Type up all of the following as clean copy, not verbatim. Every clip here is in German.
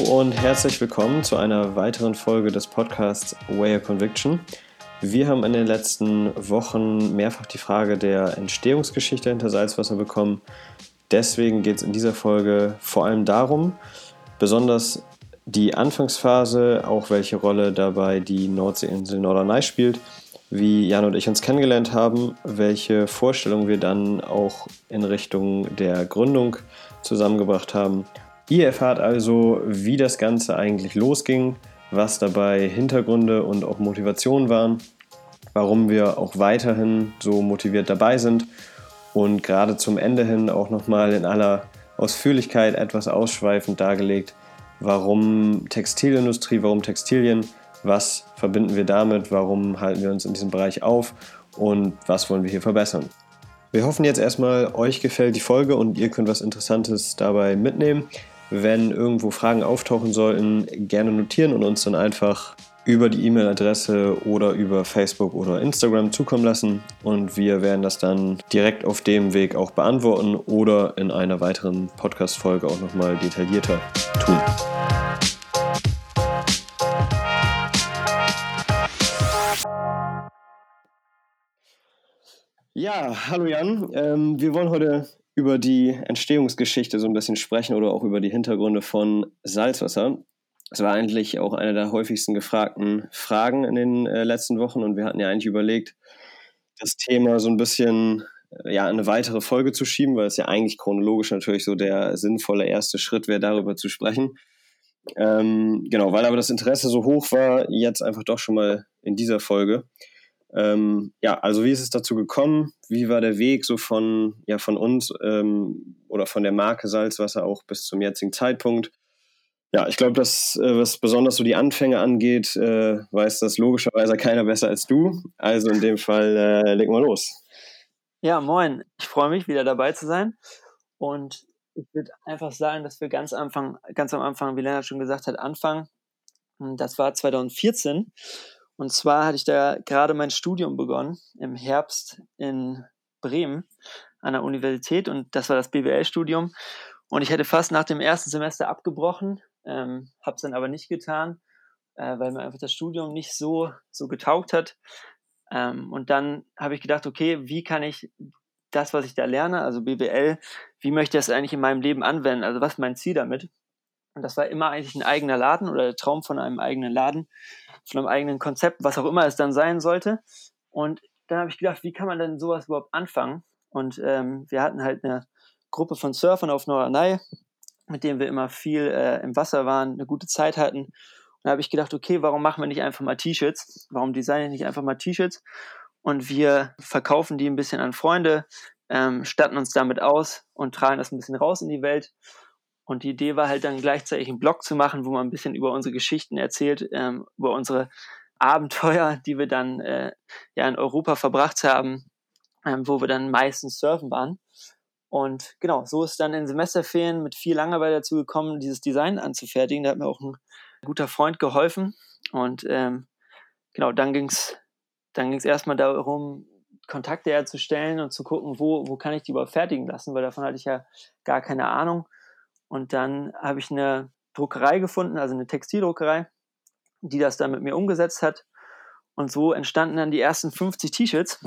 und herzlich willkommen zu einer weiteren Folge des Podcasts Way of Conviction. Wir haben in den letzten Wochen mehrfach die Frage der Entstehungsgeschichte hinter Salzwasser bekommen. Deswegen geht es in dieser Folge vor allem darum, besonders die Anfangsphase, auch welche Rolle dabei die Nordseeinsel Norderney spielt, wie Jan und ich uns kennengelernt haben, welche Vorstellungen wir dann auch in Richtung der Gründung zusammengebracht haben. Ihr erfahrt also, wie das Ganze eigentlich losging, was dabei Hintergründe und auch Motivationen waren, warum wir auch weiterhin so motiviert dabei sind und gerade zum Ende hin auch nochmal in aller Ausführlichkeit etwas ausschweifend dargelegt, warum Textilindustrie, warum Textilien, was verbinden wir damit, warum halten wir uns in diesem Bereich auf und was wollen wir hier verbessern. Wir hoffen jetzt erstmal, euch gefällt die Folge und ihr könnt was Interessantes dabei mitnehmen. Wenn irgendwo Fragen auftauchen sollten, gerne notieren und uns dann einfach über die E-Mail-Adresse oder über Facebook oder Instagram zukommen lassen und wir werden das dann direkt auf dem Weg auch beantworten oder in einer weiteren Podcast-Folge auch nochmal detaillierter tun. Ja, hallo Jan. Wir wollen heute über die Entstehungsgeschichte so ein bisschen sprechen oder auch über die Hintergründe von Salzwasser. Das war eigentlich auch eine der häufigsten gefragten Fragen in den letzten Wochen und wir hatten ja eigentlich überlegt, das Thema so ein bisschen in eine weitere Folge zu schieben, weil es ja eigentlich chronologisch natürlich so der sinnvolle erste Schritt wäre, darüber zu sprechen. Genau, weil aber das Interesse so hoch war, jetzt einfach doch schon mal in dieser Folge. Also wie ist es dazu gekommen? Wie war der Weg so von uns oder von der Marke Salzwasser auch bis zum jetzigen Zeitpunkt? Ja, ich glaube, dass was besonders so die Anfänge angeht, weiß das logischerweise keiner besser als du. Also in dem Fall legen wir los. Ja, moin. Ich freue mich, wieder dabei zu sein. Und ich würde einfach sagen, dass wir ganz am Anfang, wie Lennart schon gesagt hat, anfangen. Und das war 2014. Und zwar hatte ich da gerade mein Studium begonnen, im Herbst in Bremen an der Universität. Und das war das BWL-Studium. Und ich hätte fast nach dem ersten Semester abgebrochen, habe es dann aber nicht getan, weil mir einfach das Studium nicht so getaugt hat. Und dann habe ich gedacht, okay, wie kann ich das, was ich da lerne, also BWL, wie möchte ich das eigentlich in meinem Leben anwenden? Also was ist mein Ziel damit? Und das war immer eigentlich ein eigener Laden oder der Traum von einem eigenen Laden, von einem eigenen Konzept, was auch immer es dann sein sollte. Und dann habe ich gedacht, wie kann man denn sowas überhaupt anfangen? Und wir hatten halt eine Gruppe von Surfern auf Norderney, mit denen wir immer viel im Wasser waren, eine gute Zeit hatten. Und da habe ich gedacht, okay, warum machen wir nicht einfach mal T-Shirts? Warum designen wir nicht einfach mal T-Shirts? Und wir verkaufen die ein bisschen an Freunde, statten uns damit aus und tragen das ein bisschen raus in die Welt. Und die Idee war halt dann gleichzeitig einen Blog zu machen, wo man ein bisschen über unsere Geschichten erzählt, über unsere Abenteuer, die wir dann in Europa verbracht haben, wo wir dann meistens surfen waren. Und genau, so ist dann in Semesterferien mit viel Langeweile dazu gekommen, dieses Design anzufertigen. Da hat mir auch ein guter Freund geholfen. Und genau, dann ging's erstmal darum, Kontakte herzustellen und zu gucken, wo kann ich die überhaupt fertigen lassen, weil davon hatte ich ja gar keine Ahnung. Und dann habe ich eine Druckerei gefunden, also eine Textildruckerei, die das dann mit mir umgesetzt hat. Und so entstanden dann die ersten 50 T-Shirts.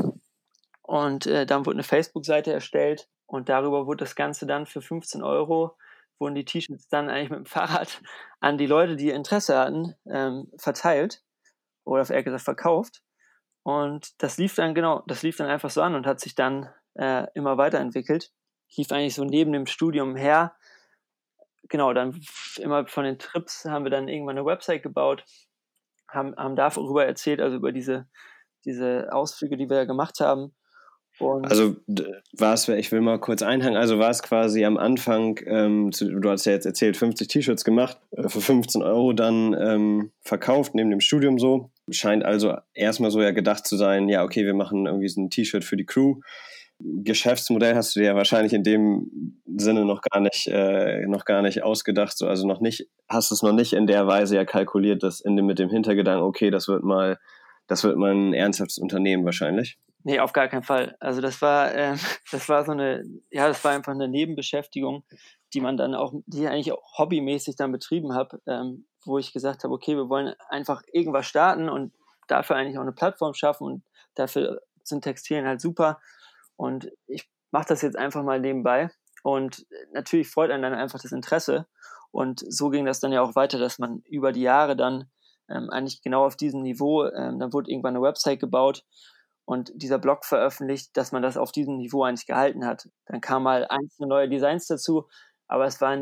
Und dann wurde eine Facebook-Seite erstellt und darüber wurde das Ganze dann für 15 € wurden die T-Shirts dann eigentlich mit dem Fahrrad an die Leute, die Interesse hatten, verteilt oder eher gesagt verkauft. Und das lief dann einfach so an und hat sich dann immer weiterentwickelt. Lief eigentlich so neben dem Studium her. Genau, dann immer von den Trips haben wir dann irgendwann eine Website gebaut, haben darüber erzählt, also über diese Ausflüge, die wir da gemacht haben. Und Also ich will mal kurz einhaken, also war es quasi am Anfang, du hast ja jetzt erzählt, 50 T-Shirts gemacht, für 15 € dann verkauft, neben dem Studium so. Scheint also erstmal so ja gedacht zu sein, ja okay, wir machen irgendwie so ein T-Shirt für die Crew. Geschäftsmodell hast du dir ja wahrscheinlich in dem Sinne noch gar nicht ausgedacht, so, also hast du es noch nicht in der Weise ja kalkuliert, dass mit dem Hintergedanken, okay, das wird mal ein ernsthaftes Unternehmen wahrscheinlich. Nee, auf gar keinen Fall. Also das war das war einfach eine Nebenbeschäftigung, die ich eigentlich auch hobbymäßig dann betrieben habe, wo ich gesagt habe: „Okay, wir wollen einfach irgendwas starten und dafür eigentlich auch eine Plattform schaffen und dafür sind Textilien halt super und ich mache das jetzt einfach mal nebenbei.“ Und natürlich freut einen dann einfach das Interesse und so ging das dann ja auch weiter, dass man über die Jahre dann, eigentlich genau auf diesem Niveau dann wurde irgendwann eine Website gebaut und dieser Blog veröffentlicht, dass man das auf diesem Niveau eigentlich gehalten hat. Dann kamen mal einzelne neue Designs dazu, aber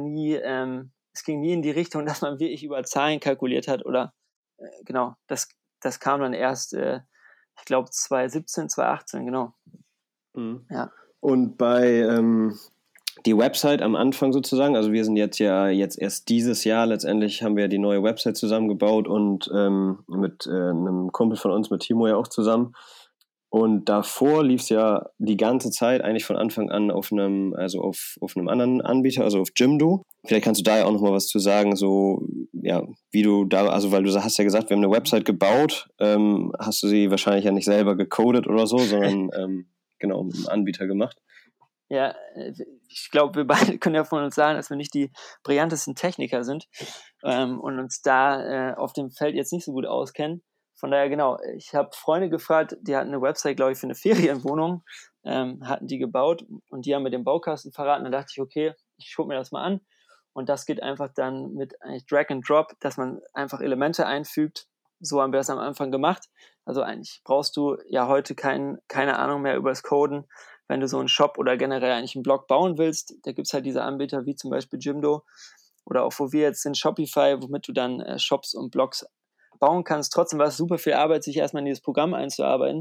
es ging nie in die Richtung, dass man wirklich über Zahlen kalkuliert hat oder genau, das kam dann erst, ich glaube 2017, 2018, genau. Mhm. Ja. Und bei die Website am Anfang sozusagen, also wir sind jetzt erst dieses Jahr, letztendlich haben wir die neue Website zusammengebaut und mit einem Kumpel von uns, mit Timo ja auch zusammen. Und davor lief es ja die ganze Zeit eigentlich von Anfang an auf einem anderen Anbieter, also auf Jimdo. Vielleicht kannst du da ja auch nochmal was zu sagen, so, ja, wie du da, also weil du hast ja gesagt, wir haben eine Website gebaut, hast du sie wahrscheinlich ja nicht selber gecodet oder so, sondern genau, mit einem Anbieter gemacht. Ja, ich glaube, wir beide können ja von uns sagen, dass wir nicht die brillantesten Techniker sind und uns da auf dem Feld jetzt nicht so gut auskennen. Von daher, genau, ich habe Freunde gefragt, die hatten eine Website, glaube ich, für eine Ferienwohnung, hatten die gebaut und die haben mir den Baukasten verraten. Da dachte ich, okay, ich gucke mir das mal an. Und das geht einfach dann mit eigentlich Drag and Drop, dass man einfach Elemente einfügt. So haben wir das am Anfang gemacht. Also eigentlich brauchst du ja heute keine Ahnung mehr über das Coden, wenn du so einen Shop oder generell eigentlich einen Blog bauen willst. Da gibt es halt diese Anbieter wie zum Beispiel Jimdo oder auch wo wir jetzt sind, Shopify, womit du dann Shops und Blogs bauen kannst. Trotzdem war es super viel Arbeit, sich erstmal in dieses Programm einzuarbeiten.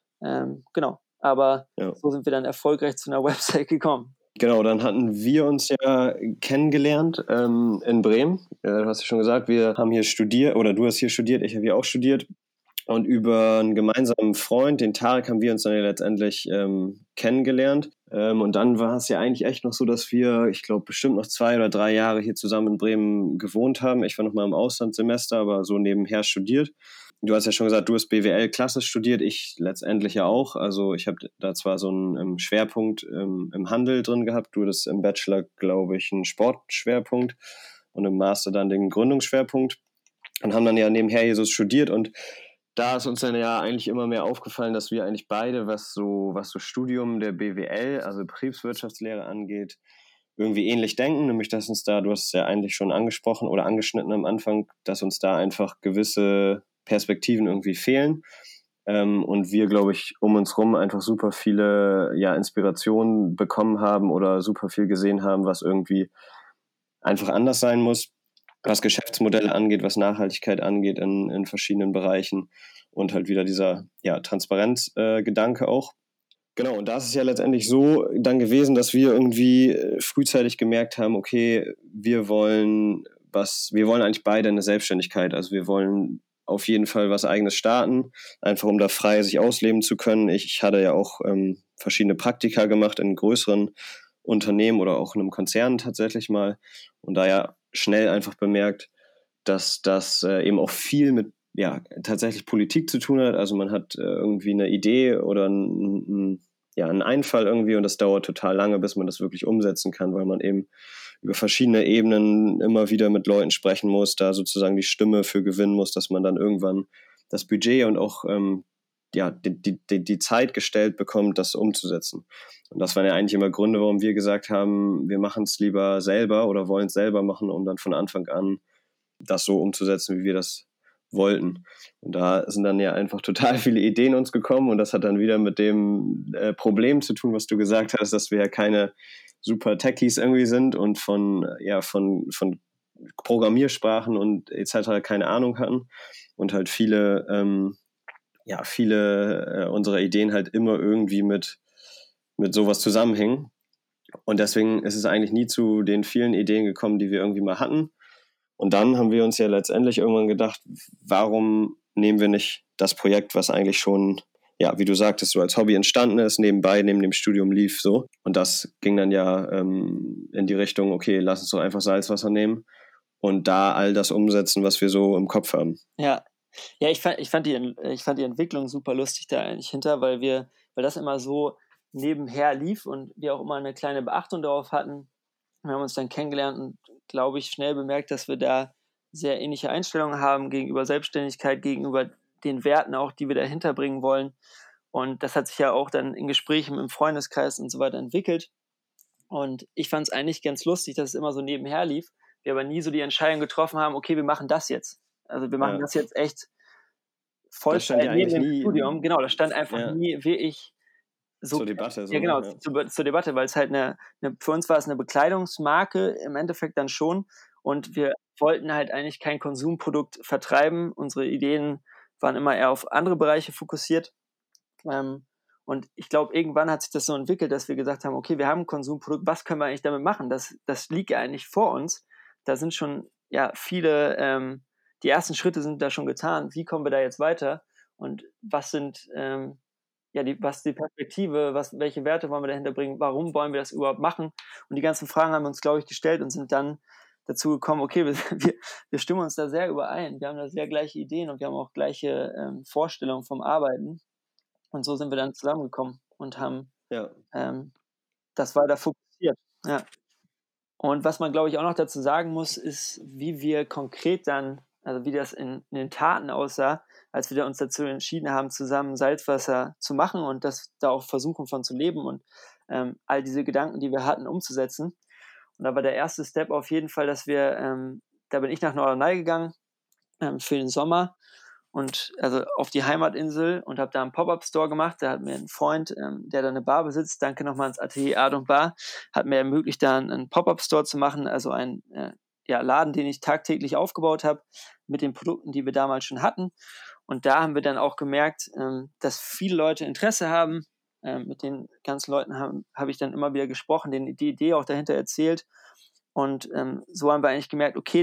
Genau, aber Ja. so sind wir dann erfolgreich zu einer Website gekommen. Genau, dann hatten wir uns ja kennengelernt in Bremen. Du hast ja schon gesagt, wir haben hier studiert, oder du hast hier studiert, ich habe hier auch studiert. Und über einen gemeinsamen Freund, den Tarek, haben wir uns dann ja letztendlich kennengelernt. Und dann war es ja eigentlich echt noch so, dass wir, ich glaube, bestimmt noch 2 oder 3 Jahre hier zusammen in Bremen gewohnt haben. Ich war noch mal im Auslandssemester, aber so nebenher studiert. Du hast ja schon gesagt, du hast BWL klassisch studiert, ich letztendlich ja auch. Also ich habe da zwar so einen Schwerpunkt im Handel drin gehabt, du hattest im Bachelor, glaube ich, einen Sportschwerpunkt und im Master dann den Gründungsschwerpunkt und haben dann ja nebenher hier so studiert und da ist uns dann ja eigentlich immer mehr aufgefallen, dass wir eigentlich beide, was so Studium der BWL, also Betriebswirtschaftslehre angeht, irgendwie ähnlich denken, nämlich dass uns da, du hast es ja eigentlich schon angesprochen oder angeschnitten am Anfang, dass uns da einfach gewisse Perspektiven irgendwie fehlen. Und wir, glaube ich, um uns rum einfach super viele Inspirationen bekommen haben oder super viel gesehen haben, was irgendwie einfach anders sein muss, was Geschäftsmodelle angeht, was Nachhaltigkeit angeht in verschiedenen Bereichen und halt wieder dieser Transparenzgedanke auch. Genau, und da ist es ja letztendlich so dann gewesen, dass wir irgendwie frühzeitig gemerkt haben, okay, wir wollen eigentlich beide eine Selbstständigkeit. Also wir wollen auf jeden Fall was Eigenes starten, einfach um da frei sich ausleben zu können. Ich hatte ja auch verschiedene Praktika gemacht in größeren Unternehmen oder auch in einem Konzern tatsächlich mal und da ja schnell einfach bemerkt, dass das eben auch viel mit tatsächlich Politik zu tun hat. Also man hat irgendwie eine Idee oder einen Einfall irgendwie und das dauert total lange, bis man das wirklich umsetzen kann, weil man eben über verschiedene Ebenen immer wieder mit Leuten sprechen muss, da sozusagen die Stimme für gewinnen muss, dass man dann irgendwann das Budget und auch die Zeit gestellt bekommt, das umzusetzen. Und das waren ja eigentlich immer Gründe, warum wir gesagt haben, wir machen es lieber selber oder wollen es selber machen, um dann von Anfang an das so umzusetzen, wie wir das wollten. Und da sind dann ja einfach total viele Ideen uns gekommen und das hat dann wieder mit dem Problem zu tun, was du gesagt hast, dass wir ja keine super Techies irgendwie sind und von Programmiersprachen und etc. keine Ahnung hatten und halt viele unserer Ideen halt immer irgendwie mit sowas zusammenhängen. Und deswegen ist es eigentlich nie zu den vielen Ideen gekommen, die wir irgendwie mal hatten. Und dann haben wir uns ja letztendlich irgendwann gedacht, warum nehmen wir nicht das Projekt, was eigentlich schon, wie du sagtest, so als Hobby entstanden ist, nebenbei, neben dem Studium lief so. Und das ging dann ja in die Richtung, okay, lass uns doch einfach Salzwasser nehmen und da all das umsetzen, was wir so im Kopf haben. Ja, ich fand die Entwicklung super lustig da eigentlich hinter, weil wir weil das immer so nebenher lief und wir auch immer eine kleine Beachtung darauf hatten. Wir haben uns dann kennengelernt und, glaube ich, schnell bemerkt, dass wir da sehr ähnliche Einstellungen haben gegenüber Selbstständigkeit, gegenüber den Werten auch, die wir dahinter bringen wollen. Und das hat sich ja auch dann in Gesprächen im Freundeskreis und so weiter entwickelt. Und ich fand es eigentlich ganz lustig, dass es immer so nebenher lief. Wir aber nie so die Entscheidung getroffen haben, okay, wir machen das jetzt. Also wir machen das jetzt echt Das stand Vollzeit ja neben eigentlich dem nie Studium. Genau, das stand einfach nie wirklich so zur Debatte. So, ja genau, ne? zur Debatte, weil es halt für uns war es eine Bekleidungsmarke im Endeffekt dann schon und wir wollten halt eigentlich kein Konsumprodukt vertreiben. Unsere Ideen waren immer eher auf andere Bereiche fokussiert. Und ich glaube, irgendwann hat sich das so entwickelt, dass wir gesagt haben, okay, wir haben ein Konsumprodukt, was können wir eigentlich damit machen? Das liegt ja eigentlich vor uns. Da sind schon viele, die ersten Schritte sind da schon getan. Wie kommen wir da jetzt weiter? Und was sind was ist die Perspektive, welche Werte wollen wir dahinter bringen, warum wollen wir das überhaupt machen? Und die ganzen Fragen haben wir uns, glaube ich, gestellt und sind dann dazu gekommen, okay, wir stimmen uns da sehr überein. Wir haben da sehr gleiche Ideen und wir haben auch gleiche Vorstellungen vom Arbeiten. Und so sind wir dann zusammengekommen und haben das weiter fokussiert. Ja. Und was man, glaube ich, auch noch dazu sagen muss, ist, wie wir konkret dann, also wie das in den Taten aussah, als wir uns dazu entschieden haben, zusammen Salzwasser zu machen und das da auch versuchen von zu leben und all diese Gedanken, die wir hatten, umzusetzen. Und da war der erste Step auf jeden Fall, dass da bin ich nach Norderney gegangen für den Sommer und also auf die Heimatinsel und habe da einen Pop-Up-Store gemacht. Da hat mir ein Freund, der da eine Bar besitzt, danke nochmal ans Atelier Art und Bar, hat mir ermöglicht, da einen Pop-Up-Store zu machen, also einen Laden, den ich tagtäglich aufgebaut habe mit den Produkten, die wir damals schon hatten. Und da haben wir dann auch gemerkt, dass viele Leute Interesse haben. Mit den ganzen Leuten hab ich dann immer wieder gesprochen, denen die Idee auch dahinter erzählt. Und so haben wir eigentlich gemerkt, okay,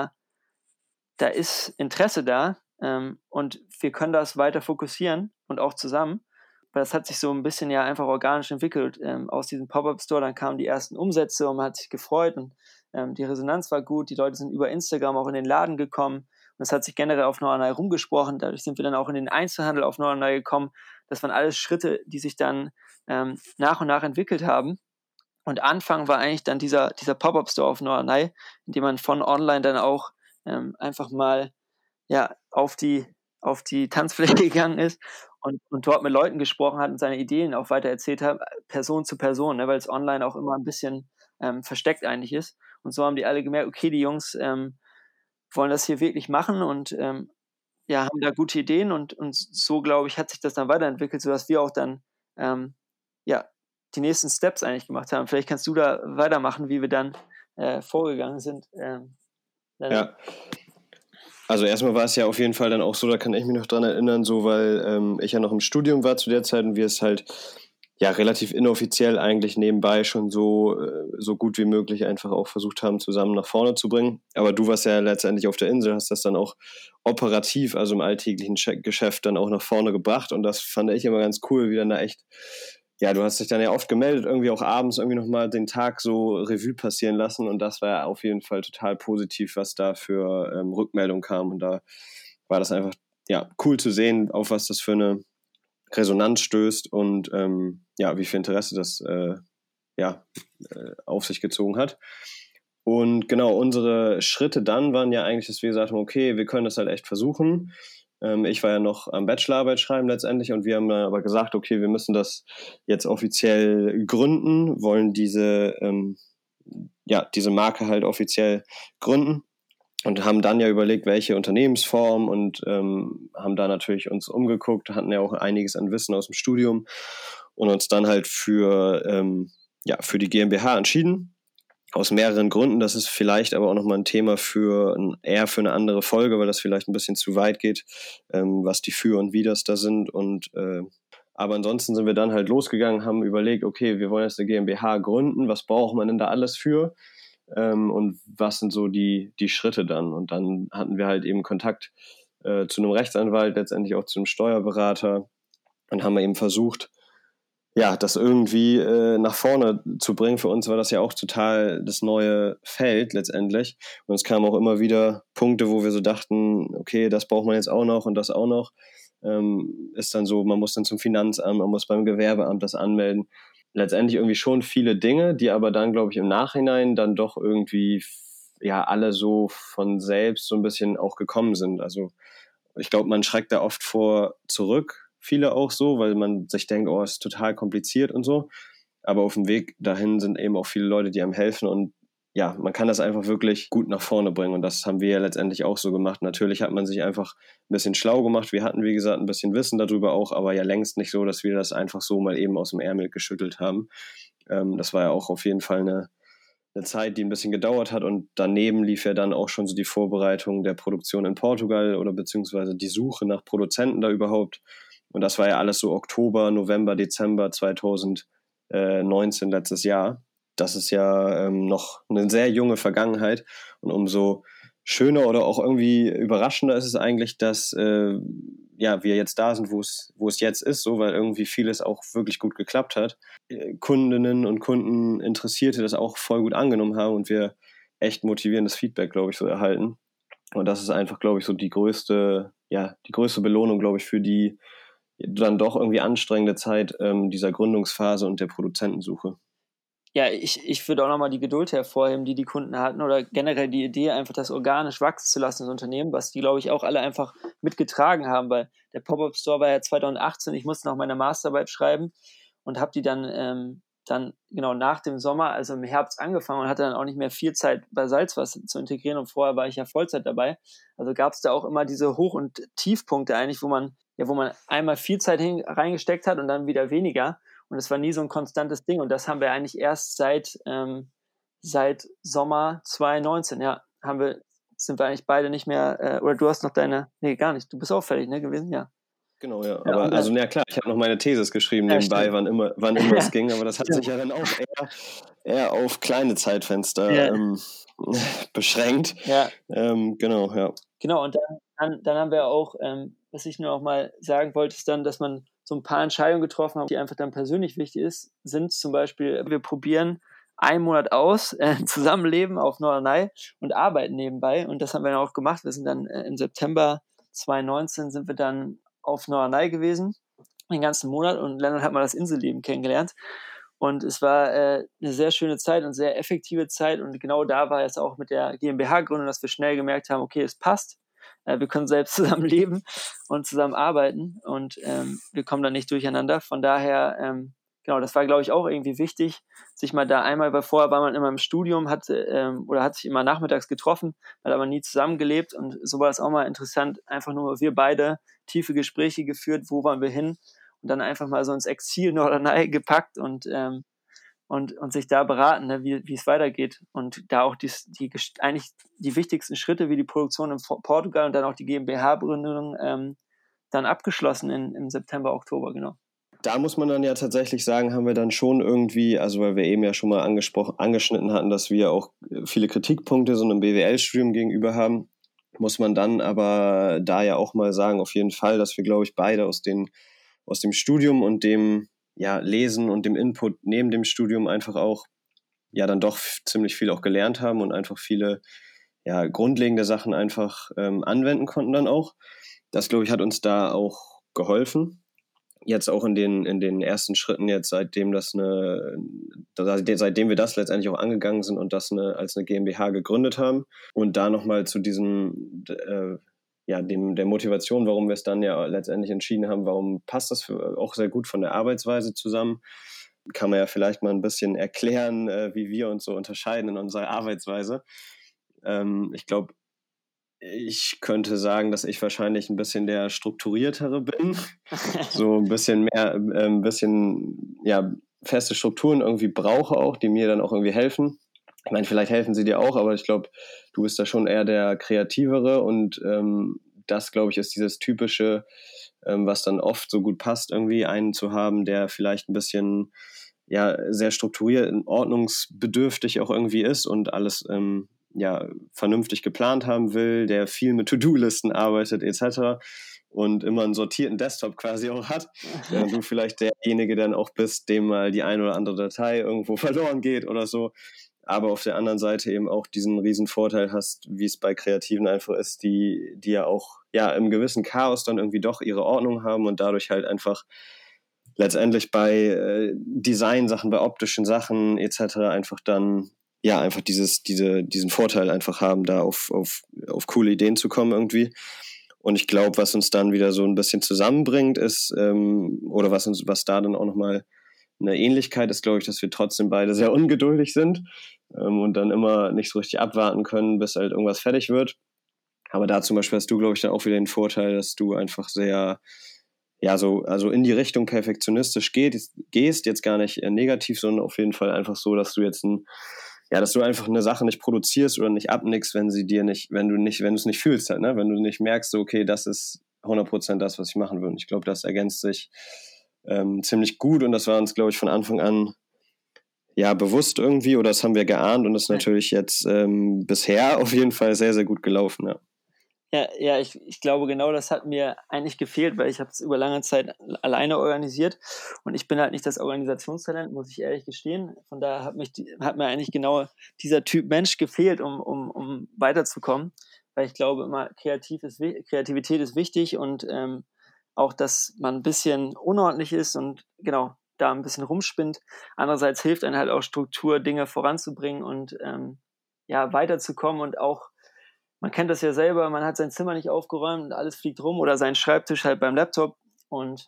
da ist Interesse da und wir können das weiter fokussieren und auch zusammen. Weil das hat sich so ein bisschen ja einfach organisch entwickelt aus diesem Pop-Up-Store. Dann kamen die ersten Umsätze und man hat sich gefreut und die Resonanz war gut. Die Leute sind über Instagram auch in den Laden gekommen und es hat sich generell auf Norderney rumgesprochen. Dadurch sind wir dann auch in den Einzelhandel auf Norderney gekommen. Das waren alles Schritte, die sich dann nach und nach entwickelt haben. Und Anfang war eigentlich dann dieser Pop-Up-Store auf Norderney, in dem man von online dann auch einfach mal auf die Tanzfläche gegangen ist und dort mit Leuten gesprochen hat und seine Ideen auch weiter erzählt hat, Person zu Person, ne, weil es online auch immer ein bisschen versteckt eigentlich ist. Und so haben die alle gemerkt, okay, die Jungs wollen das hier wirklich machen und haben da gute Ideen und so, glaube ich, hat sich das dann weiterentwickelt, sodass wir auch dann die nächsten Steps eigentlich gemacht haben. Vielleicht kannst du da weitermachen, wie wir dann vorgegangen sind. Ja. Also erstmal war es ja auf jeden Fall dann auch so, da kann ich mich noch dran erinnern, so weil ich ja noch im Studium war zu der Zeit und wir es halt relativ inoffiziell eigentlich nebenbei schon so gut wie möglich einfach auch versucht haben, zusammen nach vorne zu bringen. Aber du warst ja letztendlich auf der Insel, hast das dann auch operativ, also im alltäglichen Geschäft dann auch nach vorne gebracht und das fand ich immer ganz cool, wie dann da echt, du hast dich dann ja oft gemeldet, irgendwie auch abends irgendwie nochmal den Tag so Revue passieren lassen und das war ja auf jeden Fall total positiv, was da für Rückmeldung kam und da war das einfach cool zu sehen, auf was das für eine Resonanz stößt und wie viel Interesse das auf sich gezogen hat. Und genau, unsere Schritte dann waren ja eigentlich, dass wir gesagt haben, okay, wir können das halt echt versuchen. Ich war ja noch am Bachelorarbeit schreiben letztendlich und wir haben dann aber gesagt, okay, wir müssen das jetzt offiziell gründen, wollen diese Marke halt offiziell gründen. Und haben dann ja überlegt, welche Unternehmensform und haben da natürlich uns umgeguckt, hatten ja auch einiges an Wissen aus dem Studium und uns dann halt für die GmbH entschieden. Aus mehreren Gründen. Das ist vielleicht aber auch nochmal ein Thema eher für eine andere Folge, weil das vielleicht ein bisschen zu weit geht, was die Für und Widers da sind. Aber ansonsten sind wir dann halt losgegangen, haben überlegt, okay, wir wollen jetzt eine GmbH gründen, was braucht man denn da alles für? Und was sind so die Schritte dann? Und dann hatten wir halt eben Kontakt zu einem Rechtsanwalt, letztendlich auch zu einem Steuerberater und haben eben versucht, das irgendwie nach vorne zu bringen. Für uns war das ja auch total das neue Feld letztendlich. Und es kamen auch immer wieder Punkte, wo wir so dachten, okay, das braucht man jetzt auch noch und das auch noch. ist dann so, man muss dann zum Finanzamt, man muss beim Gewerbeamt das anmelden. Letztendlich irgendwie schon viele Dinge, die aber dann, glaube ich, im Nachhinein dann doch irgendwie ja alle so von selbst so ein bisschen auch gekommen sind. Also ich glaube, man schreckt da oft vor zurück, viele auch so, weil man sich denkt, oh, ist total kompliziert und so. Aber auf dem Weg dahin sind eben auch viele Leute, die einem helfen und ja, man kann das einfach wirklich gut nach vorne bringen und das haben wir ja letztendlich auch so gemacht. Natürlich hat man sich einfach ein bisschen schlau gemacht. Wir hatten, wie gesagt, ein bisschen Wissen darüber auch, aber ja längst nicht so, dass wir das einfach so mal eben aus dem Ärmel geschüttelt haben. Das war ja auch auf jeden Fall eine Zeit, die ein bisschen gedauert hat und daneben lief ja dann auch schon so die Vorbereitung der Produktion in Portugal oder beziehungsweise die Suche nach Produzenten da überhaupt. Und das war ja alles so Oktober, November, Dezember 2019, letztes Jahr. Das ist ja noch eine sehr junge Vergangenheit und umso schöner oder auch irgendwie überraschender ist es eigentlich, dass ja, wir jetzt da sind, wo es jetzt ist, so, weil irgendwie vieles auch wirklich gut geklappt hat. Kundinnen und Kunden, Interessierte das auch voll gut angenommen haben und wir echt motivierendes Feedback, glaube ich, so erhalten. Und das ist einfach, glaube ich, so die größte Belohnung, glaube ich, für die dann doch irgendwie anstrengende Zeit dieser Gründungsphase und der Produzentensuche. Ja, ich würde auch nochmal die Geduld hervorheben, die Kunden hatten oder generell die Idee, einfach das organisch wachsen zu lassen, das Unternehmen, was die, glaube ich, auch alle einfach mitgetragen haben, weil der Pop-Up-Store war ja 2018, ich musste noch meine Masterarbeit schreiben und habe die dann genau nach dem Sommer, also im Herbst angefangen und hatte dann auch nicht mehr viel Zeit bei Salzwasser zu integrieren und vorher war ich ja Vollzeit dabei. Also gab es da auch immer diese Hoch- und Tiefpunkte eigentlich, wo man einmal viel Zeit reingesteckt hat und dann wieder weniger. Und es war nie so ein konstantes Ding. Und das haben wir eigentlich erst seit Sommer 2019, ja, sind wir eigentlich beide nicht mehr, oder du hast noch nee, gar nicht, du bist auch fertig, ne, gewesen, ja. Genau, ja. Ja, Aber dann, also, ja klar, ich habe noch meine Thesis geschrieben ja, nebenbei, stimmt. wann immer es ging, aber das hat sich ja dann auch eher auf kleine Zeitfenster Ja, beschränkt. ja. Genau, ja. Genau, und dann haben wir auch, was ich nur noch mal sagen wollte, ist dann, dass man so ein paar Entscheidungen getroffen hat, die einfach dann persönlich wichtig sind. Zum Beispiel, wir probieren einen Monat aus, Zusammenleben auf Norderney und arbeiten nebenbei. Und das haben wir dann auch gemacht. Wir sind dann im September 2019 sind wir dann auf Norderney gewesen, den ganzen Monat. Und dann hat man das Inselleben kennengelernt. Und es war eine sehr schöne Zeit und sehr effektive Zeit. Und genau da war es auch mit der GmbH-Gründung, dass wir schnell gemerkt haben, okay, es passt. Wir können selbst zusammen leben und zusammen arbeiten und wir kommen da nicht durcheinander. Von daher, genau, das war, glaube ich, auch irgendwie wichtig, sich mal da einmal, weil vorher war man immer im Studium, hat sich immer nachmittags getroffen, hat aber nie zusammen gelebt. Und so war es auch mal interessant, einfach nur wir beide tiefe Gespräche geführt, wo wollen wir hin? Und dann einfach mal so ins Exil Norderney gepackt und sich da beraten, ne, wie es weitergeht. Und da auch eigentlich die wichtigsten Schritte wie die Produktion in Portugal und dann auch die GmbH-Gründung dann abgeschlossen im September, Oktober, genau. Da muss man dann ja tatsächlich sagen, haben wir dann schon irgendwie, also weil wir eben ja schon mal angeschnitten hatten, dass wir auch viele Kritikpunkte so einem BWL-Studium gegenüber haben, muss man dann aber da ja auch mal sagen, auf jeden Fall, dass wir, glaube ich, beide aus dem Studium und dem Lesen und dem Input neben dem Studium einfach auch ja dann doch ziemlich viel auch gelernt haben und einfach viele grundlegende Sachen einfach anwenden konnten dann auch. Das, glaube ich, hat uns da auch geholfen. Jetzt auch in den ersten Schritten jetzt, seitdem wir das letztendlich auch angegangen sind und das als eine GmbH gegründet haben. Und da nochmal zu diesem, der Motivation, warum wir es dann ja letztendlich entschieden haben, warum passt das auch sehr gut von der Arbeitsweise zusammen, kann man ja vielleicht mal ein bisschen erklären, wie wir uns so unterscheiden in unserer Arbeitsweise. Ich glaube, ich könnte sagen, dass ich wahrscheinlich ein bisschen der Strukturiertere bin. So ein bisschen mehr, feste Strukturen irgendwie brauche auch, die mir dann auch irgendwie helfen. Ich meine, vielleicht helfen sie dir auch, aber ich glaube, du bist da schon eher der Kreativere und das, glaube ich, ist dieses Typische, was dann oft so gut passt, irgendwie einen zu haben, der vielleicht ein bisschen sehr strukturiert, ordnungsbedürftig auch irgendwie ist und alles vernünftig geplant haben will, der viel mit To-Do-Listen arbeitet etc. und immer einen sortierten Desktop quasi auch hat, während du vielleicht derjenige dann auch bist, dem mal die eine oder andere Datei irgendwo verloren geht oder so. aber auf der anderen Seite eben auch diesen riesen Vorteil hast, wie es bei Kreativen einfach ist, die ja auch im gewissen Chaos dann irgendwie doch ihre Ordnung haben und dadurch halt einfach letztendlich bei Designsachen, bei optischen Sachen etc. einfach dann einfach diesen Vorteil einfach haben, da auf coole Ideen zu kommen irgendwie. Und ich glaube, was uns dann wieder so ein bisschen zusammenbringt, ist, oder was da dann auch nochmal eine Ähnlichkeit ist, glaube ich, dass wir trotzdem beide sehr ungeduldig sind und dann immer nicht so richtig abwarten können, bis halt irgendwas fertig wird. Aber da zum Beispiel hast du, glaube ich, dann auch wieder den Vorteil, dass du einfach sehr, also in die Richtung perfektionistisch gehst, jetzt gar nicht negativ, sondern auf jeden Fall einfach so, dass du jetzt dass du einfach eine Sache nicht produzierst oder nicht abnickst, wenn du es nicht fühlst halt, ne? Wenn du nicht merkst, so, okay, das ist 100% das, was ich machen will. Und ich glaube, das ergänzt sich ziemlich gut und das war uns, glaube ich, von Anfang an bewusst irgendwie oder das haben wir geahnt und das ist natürlich jetzt bisher auf jeden Fall sehr, sehr gut gelaufen, ja. Ja, ich glaube, genau das hat mir eigentlich gefehlt, weil ich habe es über lange Zeit alleine organisiert und ich bin halt nicht das Organisationstalent, muss ich ehrlich gestehen. Von daher hat mir eigentlich genau dieser Typ Mensch gefehlt, um weiterzukommen, weil ich glaube immer, Kreativität ist wichtig und auch, dass man ein bisschen unordentlich ist und genau da ein bisschen rumspinnt. Andererseits hilft einem halt auch Struktur, Dinge voranzubringen und weiterzukommen und auch man kennt das ja selber, man hat sein Zimmer nicht aufgeräumt und alles fliegt rum oder seinen Schreibtisch halt beim Laptop und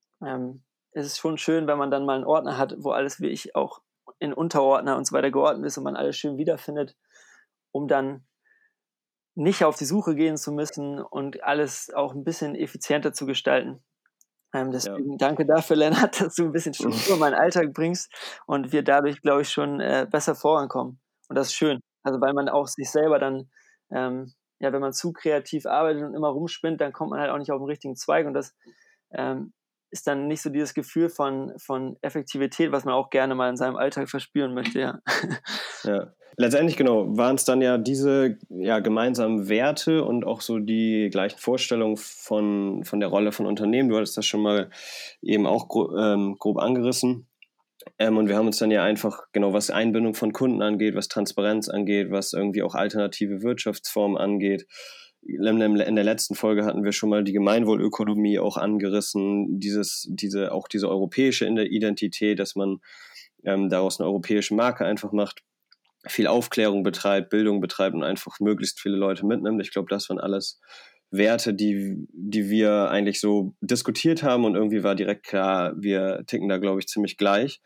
es ist schon schön, wenn man dann mal einen Ordner hat, wo alles wie ich auch in Unterordner und so weiter geordnet ist und man alles schön wiederfindet, um dann nicht auf die Suche gehen zu müssen und alles auch ein bisschen effizienter zu gestalten. Deswegen danke dafür, Lennart, dass du ein bisschen Struktur in meinen Alltag bringst und wir dadurch, glaube ich, schon besser vorankommen. Und das ist schön. Also weil man auch sich selber dann, wenn man zu kreativ arbeitet und immer rumspinnt, dann kommt man halt auch nicht auf den richtigen Zweig und das ist dann nicht so dieses Gefühl von Effektivität, was man auch gerne mal in seinem Alltag verspüren möchte, ja. Ja. Letztendlich, genau, waren es dann ja diese gemeinsamen Werte und auch so die gleichen Vorstellungen von der Rolle von Unternehmen. Du hattest das schon mal eben auch grob angerissen. Und wir haben uns dann ja einfach, genau, was Einbindung von Kunden angeht, was Transparenz angeht, was irgendwie auch alternative Wirtschaftsformen angeht. In der letzten Folge hatten wir schon mal die Gemeinwohlökonomie auch angerissen, diese europäische Identität, dass man daraus eine europäische Marke einfach macht, viel Aufklärung betreibt, Bildung betreibt und einfach möglichst viele Leute mitnimmt. Ich glaube, das waren alles Werte, die wir eigentlich so diskutiert haben und irgendwie war direkt klar, wir ticken da, glaube ich, ziemlich gleich.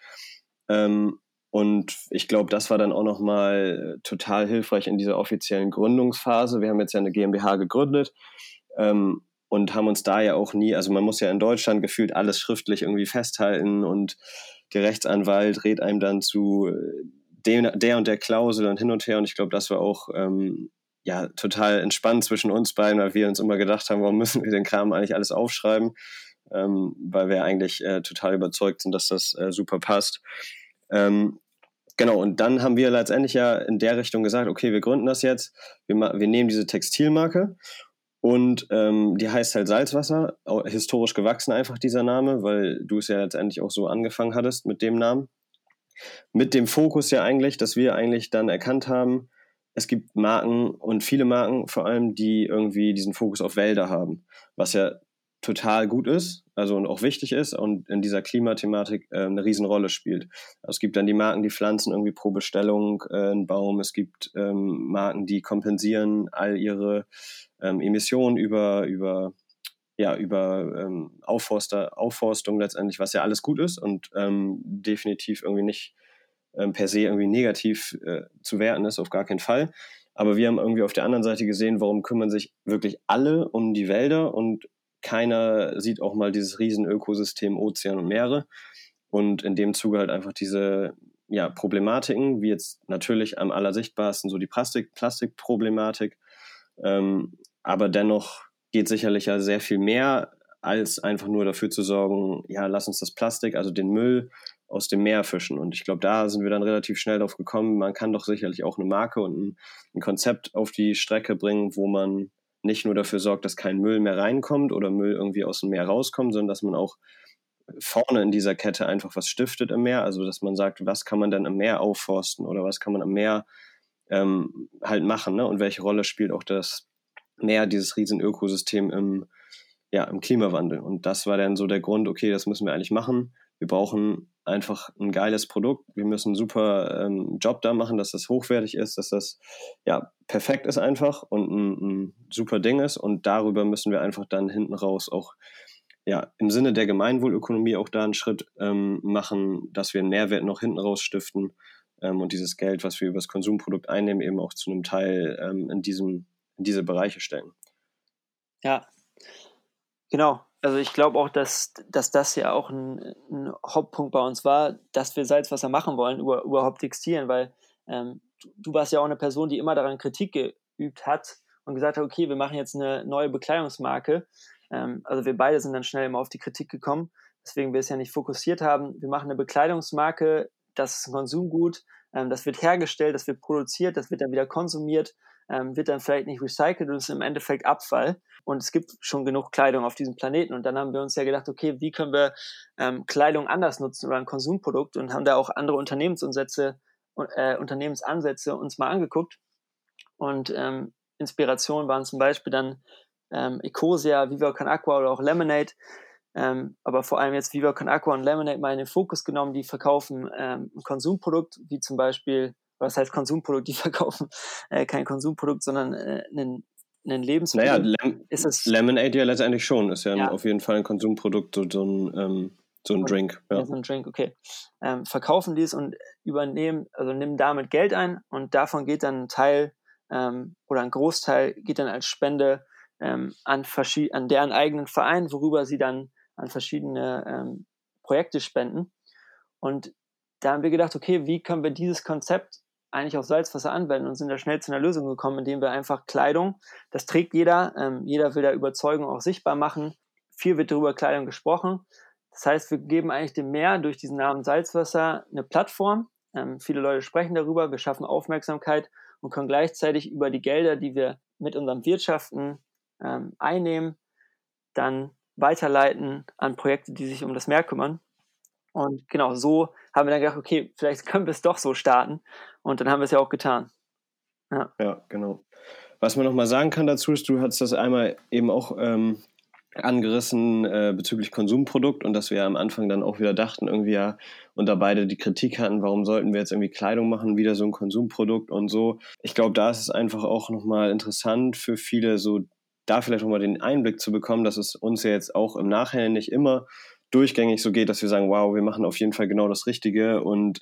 Und ich glaube, das war dann auch nochmal total hilfreich in dieser offiziellen Gründungsphase. Wir haben jetzt ja eine GmbH gegründet und haben uns da ja auch nie, also man muss ja in Deutschland gefühlt alles schriftlich irgendwie festhalten und der Rechtsanwalt rät einem dann zu der und der Klausel und hin und her und ich glaube, das war auch total entspannt zwischen uns beiden, weil wir uns immer gedacht haben, warum müssen wir den Kram eigentlich alles aufschreiben, weil wir eigentlich total überzeugt sind, dass das super passt. Genau, und dann haben wir letztendlich ja in der Richtung gesagt, okay, wir gründen das jetzt, wir nehmen diese Textilmarke und die heißt halt Salzwasser, historisch gewachsen einfach dieser Name, weil du es ja letztendlich auch so angefangen hattest mit dem Namen. Mit dem Fokus ja eigentlich, dass wir eigentlich dann erkannt haben, es gibt Marken und viele Marken vor allem, die irgendwie diesen Fokus auf Wälder haben, was ja total gut ist, also und auch wichtig ist und in dieser Klimathematik eine Riesenrolle spielt. Also es gibt dann die Marken, die pflanzen irgendwie pro Bestellung einen Baum, es gibt Marken, die kompensieren all ihre Emissionen über Aufforstung letztendlich, was ja alles gut ist und definitiv irgendwie nicht per se irgendwie negativ zu werten ist, auf gar keinen Fall. Aber wir haben irgendwie auf der anderen Seite gesehen, warum kümmern sich wirklich alle um die Wälder und keiner sieht auch mal dieses riesen Ökosystem Ozean und Meere. Und in dem Zuge halt einfach diese Problematiken, wie jetzt natürlich am allersichtbarsten so die Plastikproblematik. Aber dennoch geht sicherlich ja sehr viel mehr, als einfach nur dafür zu sorgen, lass uns das Plastik, also den Müll aus dem Meer fischen. Und ich glaube, da sind wir dann relativ schnell drauf gekommen, man kann doch sicherlich auch eine Marke und ein Konzept auf die Strecke bringen, wo man nicht nur dafür sorgt, dass kein Müll mehr reinkommt oder Müll irgendwie aus dem Meer rauskommt, sondern dass man auch vorne in dieser Kette einfach was stiftet im Meer. Also dass man sagt, was kann man denn im Meer aufforsten oder was kann man im Meer halt machen, ne? Und welche Rolle spielt auch das Meer, dieses riesen Ökosystem im Klimawandel. Und das war dann so der Grund, okay, das müssen wir eigentlich machen. Wir brauchen einfach ein geiles Produkt. Wir müssen einen super Job da machen, dass das hochwertig ist, dass das perfekt ist einfach und ein super Ding ist. Und darüber müssen wir einfach dann hinten raus auch im Sinne der Gemeinwohlökonomie auch da einen Schritt machen, dass wir einen Mehrwert noch hinten raus stiften und dieses Geld, was wir über das Konsumprodukt einnehmen, eben auch zu einem Teil in diese Bereiche stellen. Ja, genau. Also ich glaube auch, dass das ja auch ein Hauptpunkt bei uns war, dass wir Salzwasser machen wollen, überhaupt Textilien, weil du warst ja auch eine Person, die immer daran Kritik geübt hat und gesagt hat, okay, wir machen jetzt eine neue Bekleidungsmarke. Also wir beide sind dann schnell immer auf die Kritik gekommen, weswegen wir es ja nicht fokussiert haben. Wir machen eine Bekleidungsmarke, das ist ein Konsumgut, das wird hergestellt, das wird produziert, das wird dann wieder konsumiert, wird dann vielleicht nicht recycelt und ist im Endeffekt Abfall. Und es gibt schon genug Kleidung auf diesem Planeten. Und dann haben wir uns ja gedacht, okay, wie können wir Kleidung anders nutzen oder ein Konsumprodukt und haben da auch andere Unternehmensansätze uns mal angeguckt. Und Inspiration waren zum Beispiel dann Ecosia, Viva Con Aqua oder auch Lemonade. Aber vor allem jetzt Viva Con Aqua und Lemonade mal in den Fokus genommen, die verkaufen ein Konsumprodukt, wie zum Beispiel, was heißt Konsumprodukt, die verkaufen kein Konsumprodukt, sondern einen Lebensmittel. Naja, Lemonade ja letztendlich schon, ist ja, auf jeden Fall ein Konsumprodukt, so ein Drink. Ja, so ein Drink, okay. Verkaufen die es und nehmen damit Geld ein und davon geht dann ein Teil oder ein Großteil geht dann als Spende an deren eigenen Verein, worüber sie dann an verschiedene Projekte spenden. Und da haben wir gedacht, okay, wie können wir dieses Konzept eigentlich auf Salzwasser anwenden und sind da schnell zu einer Lösung gekommen, indem wir einfach Kleidung, das trägt jeder, jeder will da Überzeugung auch sichtbar machen, viel wird darüber Kleidung gesprochen. Das heißt, wir geben eigentlich dem Meer durch diesen Namen Salzwasser eine Plattform. Viele Leute sprechen darüber, wir schaffen Aufmerksamkeit und können gleichzeitig über die Gelder, die wir mit unserem Wirtschaften einnehmen, dann weiterleiten an Projekte, die sich um das Meer kümmern. Und genau, so haben wir dann gedacht, okay, vielleicht können wir es doch so starten. Und dann haben wir es ja auch getan. Ja, genau. Was man nochmal sagen kann dazu ist, du hast das einmal eben auch angerissen bezüglich Konsumprodukt und dass wir am Anfang dann auch wieder dachten, irgendwie und da beide die Kritik hatten, warum sollten wir jetzt irgendwie Kleidung machen, wieder so ein Konsumprodukt und so. Ich glaube, da ist es einfach auch nochmal interessant für viele, so da vielleicht nochmal den Einblick zu bekommen, dass es uns ja jetzt auch im Nachhinein nicht immer durchgängig so geht, dass wir sagen, wow, wir machen auf jeden Fall genau das Richtige und